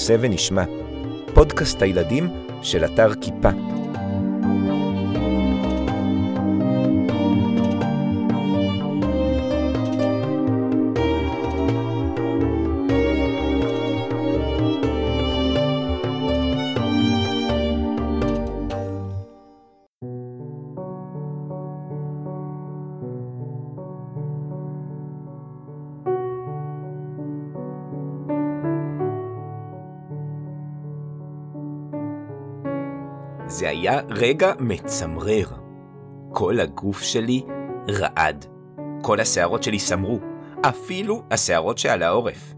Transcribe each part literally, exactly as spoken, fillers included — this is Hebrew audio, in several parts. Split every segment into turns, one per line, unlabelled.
נעשה ונשמע, פודקאסט הילדים של אתר כיפה. זה היה רגע מצמרר. כל הגוף שלי רעד. כל השערות שלי סמרו, אפילו השערות שעל העורף.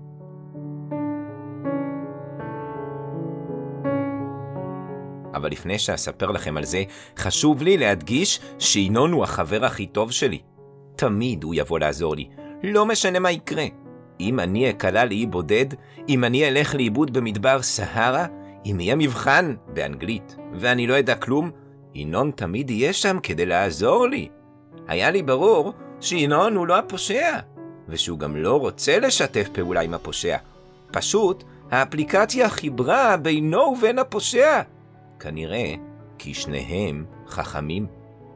אבל לפני שאספר לכם על זה, חשוב לי להדגיש שינון הוא החבר הכי טוב שלי. תמיד הוא יבוא לעזור לי, לא משנה מה יקרה. אם אני אקלה לאי בודד, אם אני אלך לאיבוד במדבר סהרה, אם יהיה מבחן באנגלית ואני לא יודע כלום, ינון תמיד יהיה שם כדי לעזור לי. היה לי ברור שינון הוא לא הפושע, ושהוא גם לא רוצה לשתף פעולה עם הפושע. פשוט האפליקציה חיברה בינו ובין הפושע. כנראה כי שניהם חכמים.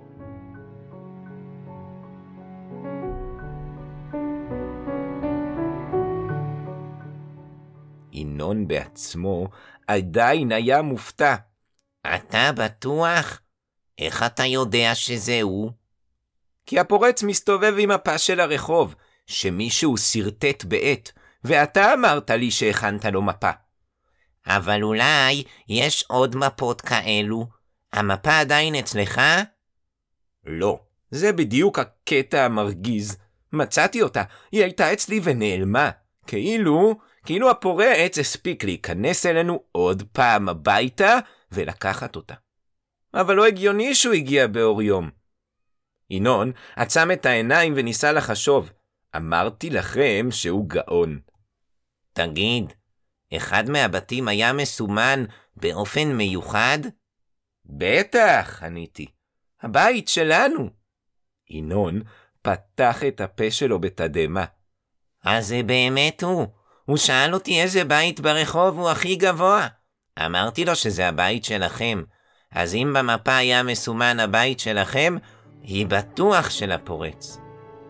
ינון בעצמו עדיין היה מופתע.
אתה בטוח? איך אתה יודע שזה הוא?
כי הפורץ מסתובב עם מפה של הרחוב, שמישהו סרטט בעת, ואתה אמרת לי שהכנת לו מפה.
אבל אולי יש עוד מפות כאלו. המפה עדיין אצלך?
לא, זה בדיוק הקטע המרגיז. מצאתי אותה, היא הייתה אצלי ונעלמה. כאילו, כאילו הפורץ הספיק להיכנס אלינו עוד פעם הביתה ולקחת אותה. אבל לא הגיוני שהוא הגיע באור יום. ינון עצם את העיניים וניסה לחשוב. אמרתי לכם שהוא גאון.
תגיד, אחד מהבתים היה מסומן באופן מיוחד?
בטח, עניתי. הבית שלנו. ינון פתח את הפה שלו בתדהמה.
אז זה באמת הוא. הוא שאל אותי איזה בית ברחוב הוא הכי גבוה. אמרתי לו שזה הבית שלכם. אז אם במפה היה מסומן הבית שלכם, היא בטוח של הפורץ.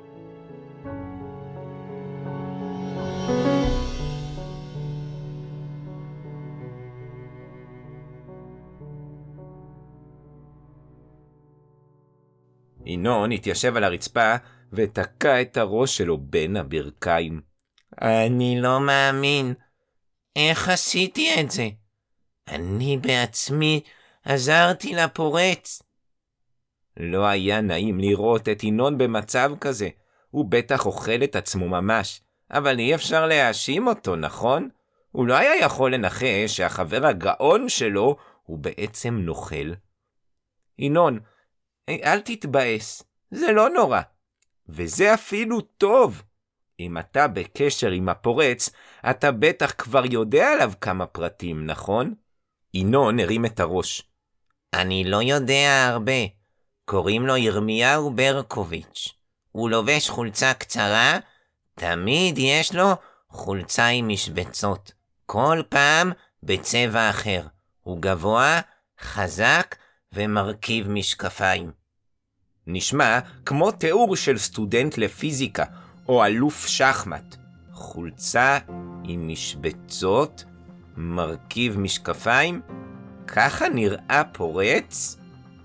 ינון התיישב על הרצפה ותקע את הראש שלו בין הברכיים.
אני לא מאמין. איך עשיתי את זה? אני בעצמי עזרתי לפורץ.
לא היה נעים לראות את ינון במצב כזה. הוא בטח אוכל את עצמו ממש. אבל אי אפשר להאשים אותו, נכון? הוא לא היה יכול לנחש שהחבר הגאון שלו הוא בעצם נוכל. ינון, אל תתבאס. זה לא נורא. וזה אפילו טוב. אם אתה בקשר עם הפורץ, אתה בטח כבר יודע עליו כמה פרטים, נכון? ינון הרים את הראש.
אני לא יודע הרבה. קוראים לו ירמיהו ברקוביץ'. הוא לובש חולצה קצרה, תמיד יש לו חולצה עם משבצות. כל פעם בצבע אחר. הוא גבוה, חזק ומרכיב משקפיים.
נשמע כמו תיאור של סטודנט לפיזיקה או אלוף שחמט. חולצה עם משבצות, מרכיב משקפיים. ככה נראה פורץ?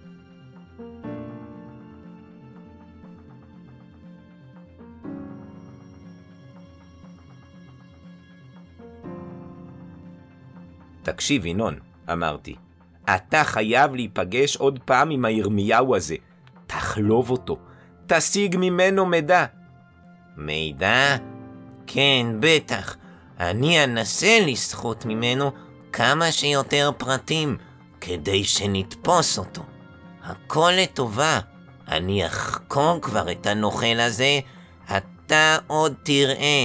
תקשיב ינון, אמרתי. אתה חייב להיפגש עוד פעם עם הירמיהו הזה. תחלוב אותו. תשיג ממנו מידע.
מידע? כן, בטח. אני אנסה לסחוט ממנו כמה שיותר פרטים, כדי שנתפוס אותו. הכל לטובה. אני אחקור כבר את הנוכל הזה, אתה עוד תראה.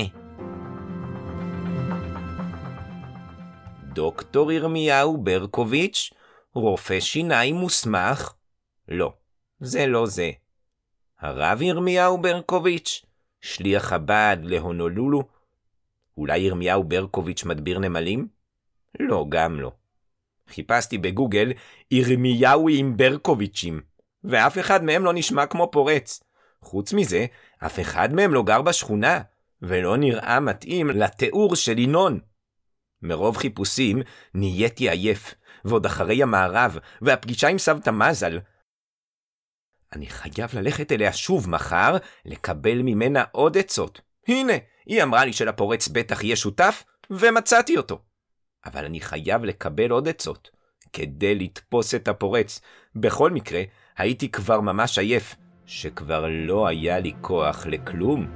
דוקטור ירמיהו ברקוביץ', רופא שיניים מוסמך? לא, זה לא זה. הרב ירמיהו ברקוביץ', שליח חב"ד להונולולו? אולי ירמיהו ברקוביץ' מדביר נמלים? לא, גם לא. חיפשתי בגוגל ירמיהו עם ברקוביצ'ים, ואף אחד מהם לא נשמע כמו פורץ. חוץ מזה, אף אחד מהם לא גר בשכונה, ולא נראה מתאים לתיאור של ינון. מרוב חיפושים נהייתי עייף, ועוד אחרי המערב, והפגישה עם סבתא מזל. אני חייב ללכת אליה שוב מחר, לקבל ממנה עוד עצות. הנה, היא אמרה לי שלפורץ בטח יהיה שותף, ומצאתי אותו. אבל אני חייב לקבל עוד עצות, כדי לתפוס את הפורץ. בכל מקרה, הייתי כבר ממש עייף, שכבר לא היה לי כוח לכלום.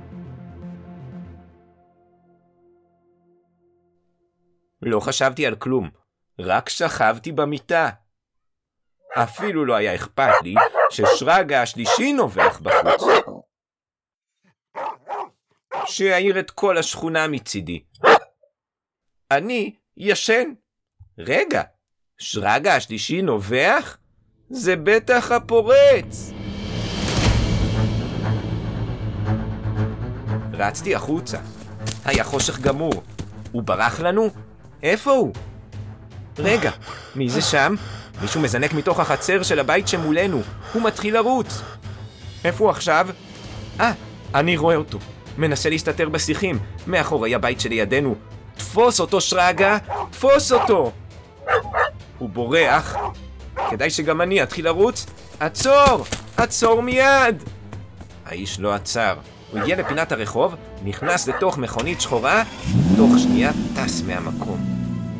לא חשבתי על כלום, רק שכבתי במיטה. אפילו לא היה אכפת לי ששרגא השלישי נובח בחוץ, שיעיר את כל השכונה מצידי. אני ישן. רגע, שרגא השלישי נובח? זה בטח הפורץ. רצתי החוצה. היה חושך גמור. הוא ברח לנו? איפה הוא? רגע, מי זה שם? מישהו מזנק מתוך החצר של הבית שמולנו. הוא מתחיל לרוץ. איפה הוא עכשיו? אה, אני רואה אותו. מנסה להסתתר בשיחים, מאחורי הבית שלידינו. תפוס אותו, שרגא! תפוס אותו! הוא בורח. כדאי שגם אני אתחיל לרוץ. עצור! עצור מיד! האיש לא עצר. הוא הגיע לפינת הרחוב, נכנס לתוך מכונית שחורה, תוך שנייה טס מהמקום.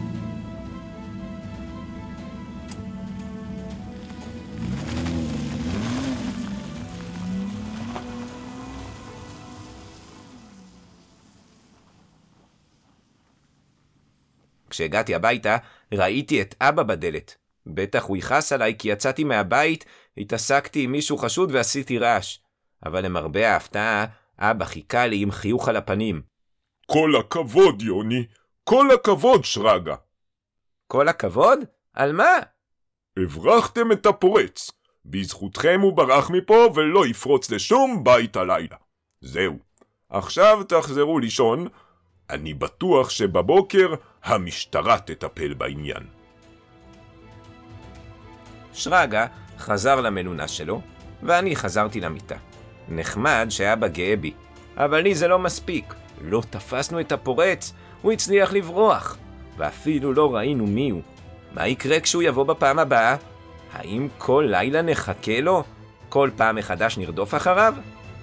כשהגעתי הביתה, ראיתי את אבא בדלת. בטח הוא יכעס עליי כי יצאתי מהבית, התעסקתי עם מישהו חשוד ועשיתי רעש. אבל למרבה ההפתעה, אבא חיכה לי עם חיוך על הפנים.
כל הכבוד, יוני. כל הכבוד, שרגא.
כל הכבוד? על מה?
הברחתם את הפורץ. בזכותכם הוא ברח מפה ולא יפרוץ לשום בית הלילה. זהו. עכשיו תחזרו לישון. אני בטוח שבבוקר המשטרה תטפל בעניין.
שרגא חזר למלונה שלו, ואני חזרתי למיטה. נחמד שאבא גאה בי, אבל לי זה לא מספיק. לא תפסנו את הפורץ, הוא הצליח לברוח, ואפילו לא ראינו מי הוא. מה יקרה כשהוא יבוא בפעם הבאה? האם כל לילה נחכה לו? כל פעם מחדש נרדוף אחריו?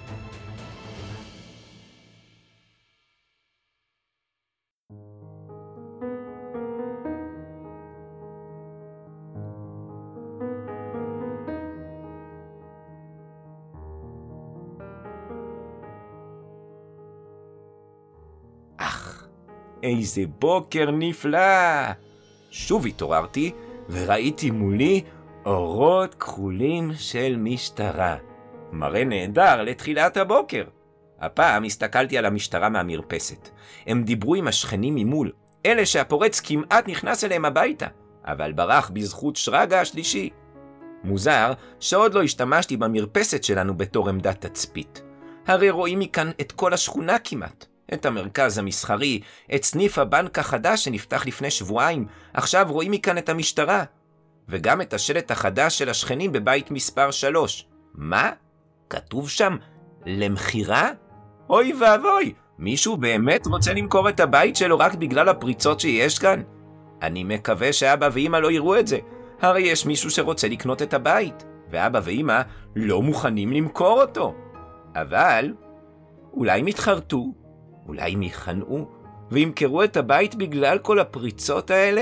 איזה בוקר נפלא! שוב התעוררתי וראיתי מולי אורות כחולים של משטרה. מראה נהדר לתחילת הבוקר. הפעם הסתכלתי על המשטרה מהמרפסת. הם דיברו עם השכנים ממול, אלה שהפורץ כמעט נכנס אליהם הביתה, אבל ברח בזכות שרגא השלישי. מוזר שעוד לא השתמשתי במרפסת שלנו בתור עמדת תצפית. הרי רואים מכאן את כל השכונה כמעט. את המרכז המסחרי, את סניף הבנק החדש שנפתח לפני שבועיים, עכשיו רואים מכאן את המשטרה. וגם את השלט החדש של השכנים בבית מספר שלוש. מה? כתוב שם למחירה? אוי ואבוי, מישהו באמת רוצה למכור את הבית שלו רק בגלל הפריצות שיש כאן? אני מקווה שאבא ואמא לא יראו את זה. הרי יש מישהו שרוצה לקנות את הבית, ואבא ואמא לא מוכנים למכור אותו. אבל אולי מתחרטו, אולי הם יכנעו וימכרו את הבית בגלל כל הפריצות האלה?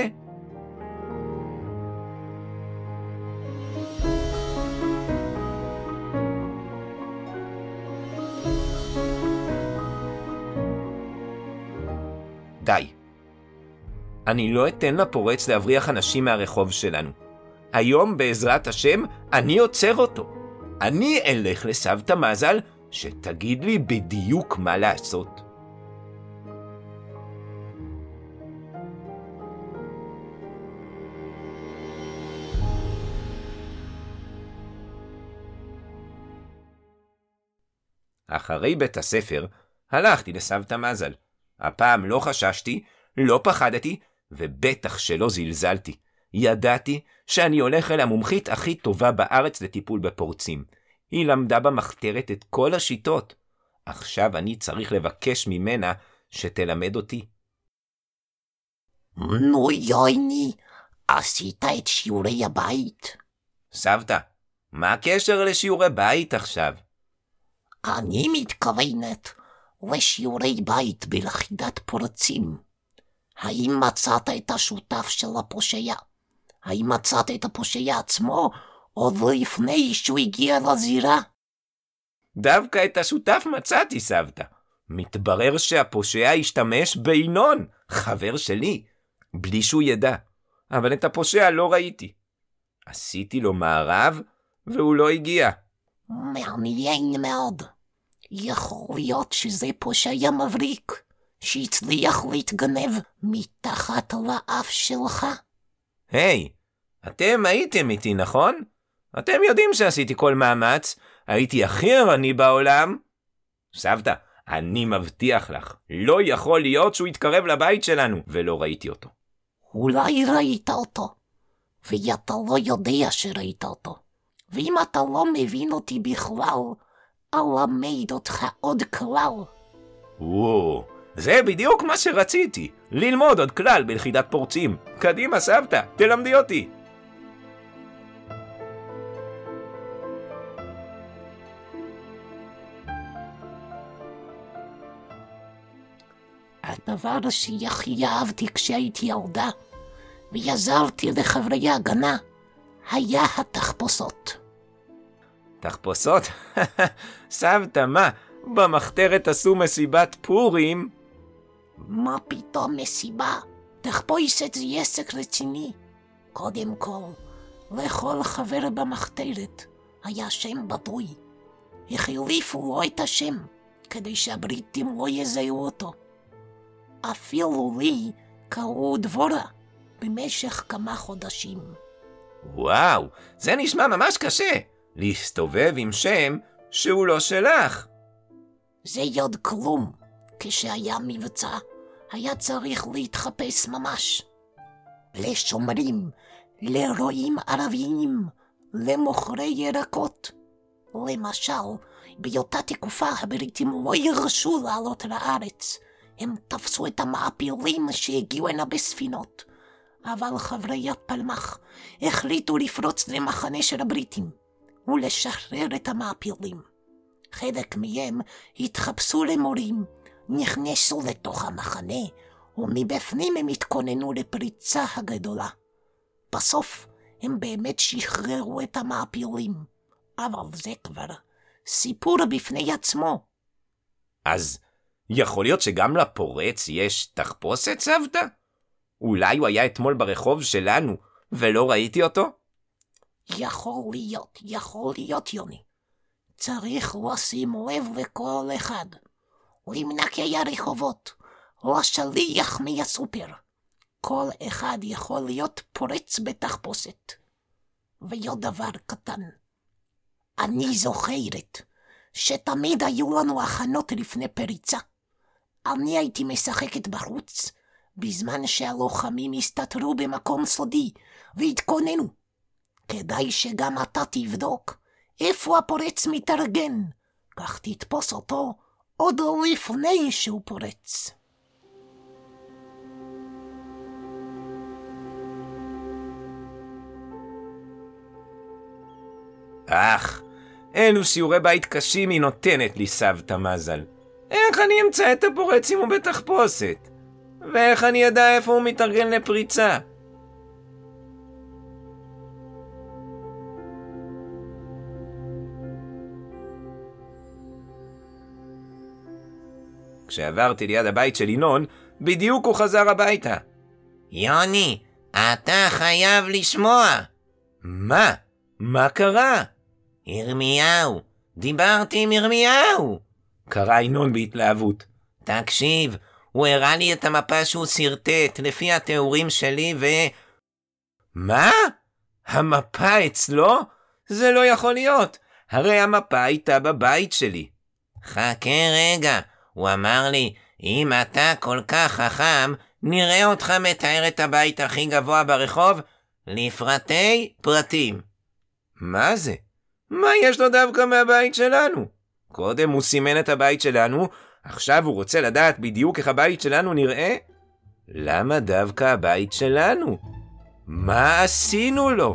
די. אני לא אתן לפורץ להבריח אנשים מהרחוב שלנו. היום בעזרת השם אני עוצר אותו. אני אלך לסבתא מזל שתגיד לי בדיוק מה לעשות. אחרי בית הספר הלכתי לסבתא מזל. הפעם לא חששתי, לא פחדתי, ובטח שלא זלזלתי. ידעתי שאני הולך אל המומחית הכי טובה בארץ לטיפול בפורצים. היא למדה במחתרת את כל השיטות. עכשיו אני צריך לבקש ממנה שתלמד אותי.
נו יויני, עשית את שיעורי הבית?
סבתא, מה הקשר לשיעורי בית עכשיו?
אני מתכוונת לשיעורי בית בלכידת פורצים. האם מצאת את השותף של הפושע? האם מצאת את הפושע עצמו עוד לפני שהוא הגיע לזירה?
דווקא את השותף מצאתי, סבתא. מתברר שהפושע השתמש בינון, חבר שלי, בלי שהוא ידע. אבל את הפושע לא ראיתי. עשיתי לו מערב, והוא לא הגיע.
מעניין מאוד. יכול להיות שזה פושע מבריק, שהצליח להתגנב מתחת לאף שלך.
היי, אתם הייתם איתי, נכון? אתם יודעים שעשיתי כל מאמץ, הייתי הכי ערני בעולם. סבתא, אני מבטיח לך, לא יכול להיות שהוא יתקרב לבית שלנו, ולא ראיתי אותו.
אולי ראית אותו, ואתה לא יודע שראית אותו. ואם אתה לא מבין אותי בכלל, אלמד אותך עוד כלל.
וואו, זה בדיוק מה שרציתי, ללמוד עוד כלל בלכידת פורצים. קדימה סבתא, תלמדי אותי.
הדבר שהכי אהבתי כשהייתי ילדה, ויעזרתי לחברי ההגנה, היה התחפושות.
תחפושות? סבתא, מה? במחתרת עשו מסיבת פורים?
מה פתאום מסיבה? תחפושת זה עסק רציני. קודם כל, לכל חבר במחתרת היה שם בדוי. החליפו לו את השם, כדי שהבריטים לא יזהו אותו. אפילו לי קראו דבורה במשך כמה חודשים.
וואו, זה נשמע ממש קשה, להסתובב עם שם שהוא לא שלך.
זה עוד כלום. כשהיה מבצע, היה צריך להתחפש ממש. לשומרים, לרועים ערביים, למוכרי ירקות. למשל, באותה תקופה הבריטים לא ירשו לעלות לארץ. הם תפסו את המעפילים שהגיעו הנה בספינות. אבל חברי הפלמ"ח החליטו לפרוץ למחנה של הבריטים ולשחרר את המעפילים. חלק מהם התחפשו למורים, נכנסו לתוך המחנה, ומבפנים הם התכוננו לפריצה הגדולה. בסוף הם באמת שחררו את המעפילים, אבל זה כבר סיפור בפני עצמו.
אז יכול להיות שגם לפורץ יש תחפושת, סבתא? אולי הוא היה אתמול ברחוב שלנו ולא ראיתי אותו?
יכול להיות, יכול להיות יוני. צריך לשים לב לכל אחד. למנקי הרחובות, לשליח מהסופר. כל אחד יכול להיות פורץ בתחפושת. ועוד דבר קטן. אני זוכרת שתמיד היו לנו הכנות לפני פריצה. אני הייתי משחקת בחוץ, בזמן שהלוחמים הסתתרו במקום סודי והתכוננו. כדאי שגם אתה תבדוק איפה הפורץ מתארגן, כך תתפוס אותו עוד לפני שהוא פורץ.
אך, אלו שיעורי בית קשים היא נותנת לי, סבתא מזל. איך אני אמצא את הפורץ אם הוא בתחפושת? ואיך אני ידע איפה הוא מתארגן לפריצה? כשעברתי ליד הבית של ינון, בדיוק הוא חזר הביתה.
יוני, אתה חייב לשמוע.
מה? מה קרה?
ירמיהו, דיברתי עם ירמיהו.
קרא ינון בהתלהבות.
תקשיב, הוא הראה לי את המפה שהוא סרטט לפי התיאורים שלי ו...
מה? המפה אצלו? זה לא יכול להיות. הרי המפה הייתה בבית שלי.
חכה רגע, הוא אמר לי, אם אתה כל כך חכם, נראה אותך מתאר את הבית הכי גבוה ברחוב לפרטי פרטים.
מה זה? מה יש לו דווקא מהבית שלנו? קודם הוא סימן את הבית שלנו, עכשיו הוא רוצה לדעת בדיוק איך הבית שלנו נראה? למה דווקא הבית שלנו? מה עשינו לו?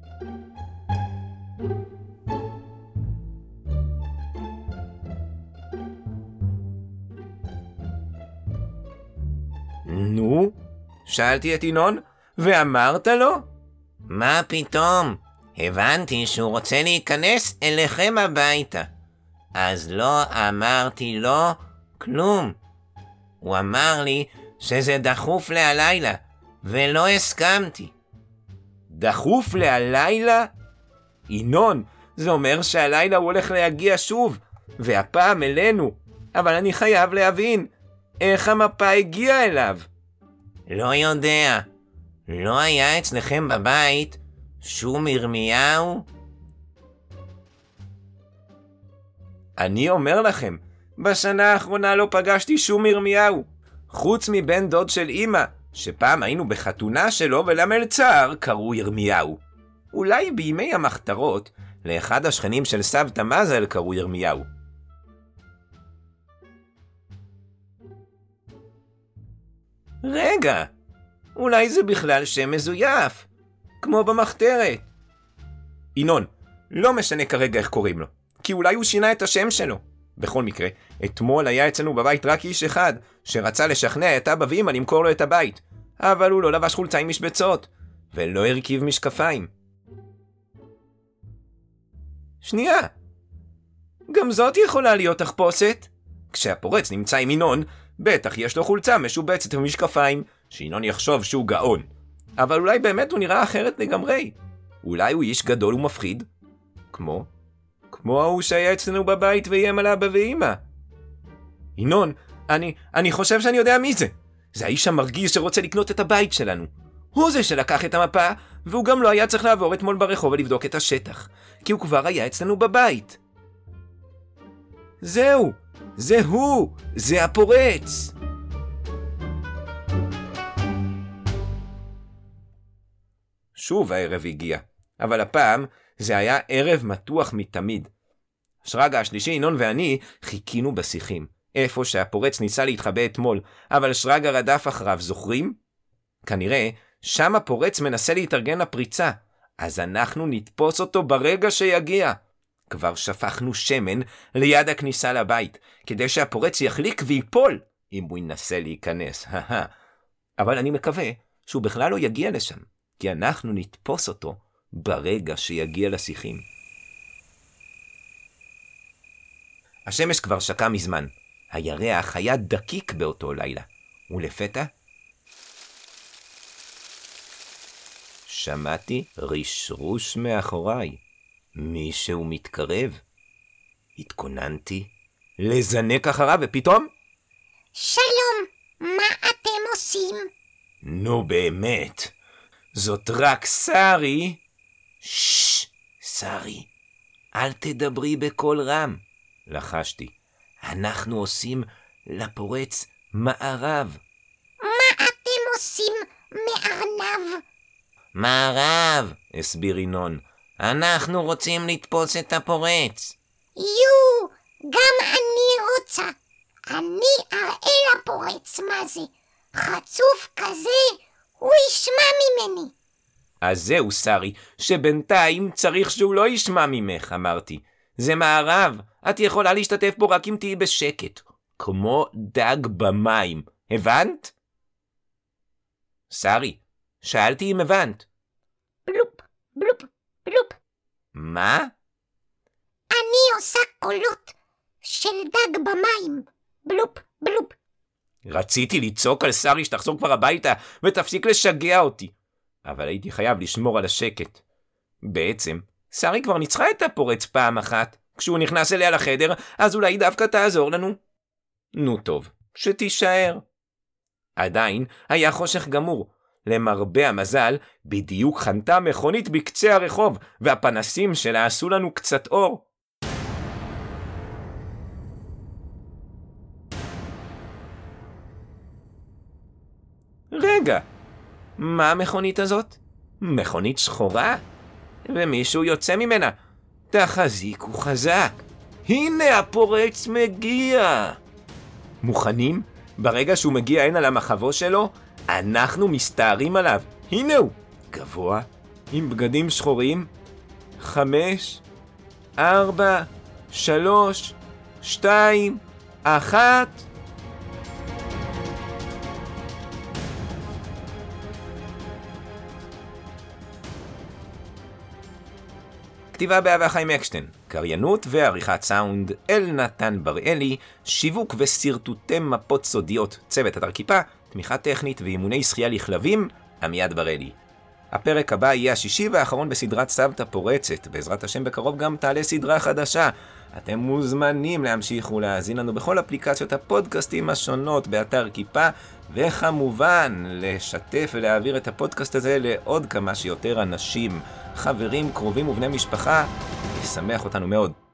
נו? שאלתי את ינון, ואמרת לו?
מה פתאום? הבנתי שהוא רוצה להיכנס אליכם הביתה. אז לא אמרתי לו כלום. הוא אמר לי שזה דחוף להלילה, ולא הסכמתי.
דחוף להלילה? ינון, זה אומר שהלילה הוא הולך להגיע שוב, והפעם אלינו. אבל אני חייב להבין, איך המפה הגיעה אליו?
לא יודע. לא היה אצלכם בבית שום ירמיהו?
אני אומר לכם, בשנה האחרונה לא פגשתי שום ירמיהו, חוץ מבן דוד של אמא, שפעם היינו בחתונה שלו ולמלצר קראו ירמיהו. אולי בימי המחתרות, לאחד השכנים של סבתא מזל קראו ירמיהו. רגע, אולי זה בכלל שם מזויף, כמו במחתרת. ינון, לא משנה כרגע איך קוראים לו, כי אולי הוא שינה את השם שלו. בכל מקרה, אתמול היה אצלנו בבית רק איש אחד, שרצה לשכנע את אבא ואמא למכור לו את הבית, אבל הוא לא לבש חולצה עם משבצות, ולא הרכיב משקפיים. שנייה, גם זאת יכולה להיות תחפושת. כשהפורץ נמצא עם ינון, בטח יש לו חולצה משובצת ומשקפיים, שינון יחשוב שהוא גאון. אבל אולי באמת הוא נראה אחרת לגמרי. אולי הוא איש גדול ומפחיד. כמו? כמו ההוא שהיה אצלנו בבית ואיים על אבא ואמא. ינון, אני, אני חושב שאני יודע מי זה. זה האיש המרגיש שרוצה לקנות את הבית שלנו. הוא זה שלקח את המפה, והוא גם לא היה צריך לעבור אתמול ברחוב ולבדוק את השטח, כי הוא כבר היה אצלנו בבית. זהו, זה הוא, זה הפורץ. שוב הערב הגיע, אבל הפעם זה היה ערב מתוח מתמיד. שרגא השלישי, ינון ואני חיכינו בשיחים, איפה שהפורץ ניסה להתחבא אתמול, אבל שרגא רדף אחריו, זוכרים? כנראה שם הפורץ מנסה להתארגן לפריצה, אז אנחנו נתפוס אותו ברגע שיגיע. כבר שפכנו שמן ליד הכניסה לבית, כדי שהפורץ יחליק ויפול אם הוא ינסה להיכנס. אבל אני מקווה שהוא בכלל לא יגיע לשם, כי אנחנו נתפוס אותו ברגע שיגיע לשיחים. השמש כבר שקע מזמן, הירח היה דקיק באותו לילה, ולפתע שמעתי רשרוש מאחוריי. מישהו מתקרב. התכוננתי לזנק אחריו, ופתאום...
שלום, מה אתם עושים?
נו באמת, זאת רק שרי. ששש, שרי, אל תדברי בקול רם. לחשתי, אנחנו עושים לפורץ מערב.
מה אתם עושים מארנב?
מערב,
הסביר ינון.
אנחנו רוצים לתפוס את הפורץ.
יו, גם אני רוצה. אני אראה לפורץ מה זה. חצוף כזה, הוא ישמע ממני.
אז זהו שרי, שבינתיים צריך שהוא לא ישמע ממך, אמרתי. זה מערב, את יכולה להשתתף בו רק אם תהיי בשקט, כמו דג במים, הבנת? שרי, שאלתי אם הבנת.
בלופ, בלופ, בלופ.
מה?
אני עושה קולות של דג במים. בלופ, בלופ.
רציתי לצעוק על שרי שתחזור כבר הביתה ותפסיק לשגע אותי, אבל הייתי חייב לשמור על השקט. בעצם, שרי כבר ניצחה את הפורץ פעם אחת. כשהוא נכנס אליה לחדר, אז אולי דווקא תעזור לנו. נו טוב, שתישאר. עדיין היה חושך גמור. למרבה המזל, בדיוק חנתה מכונית בקצה הרחוב, והפנסים שלה עשו לנו קצת אור. רגע, מה המכונית הזאת? מכונית שחורה? ומישהו יוצא ממנה. תחזיקו חזק. הנה הפורץ מגיע. מוכנים? ברגע שהוא מגיע הנה למחבו שלו, אנחנו מסתערים עליו. הנה הוא, גבוה, עם בגדים שחורים. חמש, ארבע, שלוש, שתיים, אחת. כתיבה באהבה חיים אקשטיין, קריינות ועריכת סאונד אלנתן בראלי, שיווק וסרטוטי מפות סודיות, צוות אתר כיפה, תמיכה טכנית ואימוני שחייה לכלבים, עמיעד בראלי. הפרק הבא יהיה השישי והאחרון בסדרת סבתא פורצת, בעזרת השם בקרוב גם תעלה סדרה חדשה. אתם מוזמנים להמשיך ולהאזין לנו בכל אפליקציות הפודקאסטים השונות באתר כיפה, וכמובן לשתף ולהעביר את הפודקאסט הזה לעוד כמה שיותר אנשים, חברים, קרובים ובני משפחה. ישמח אותנו מאוד.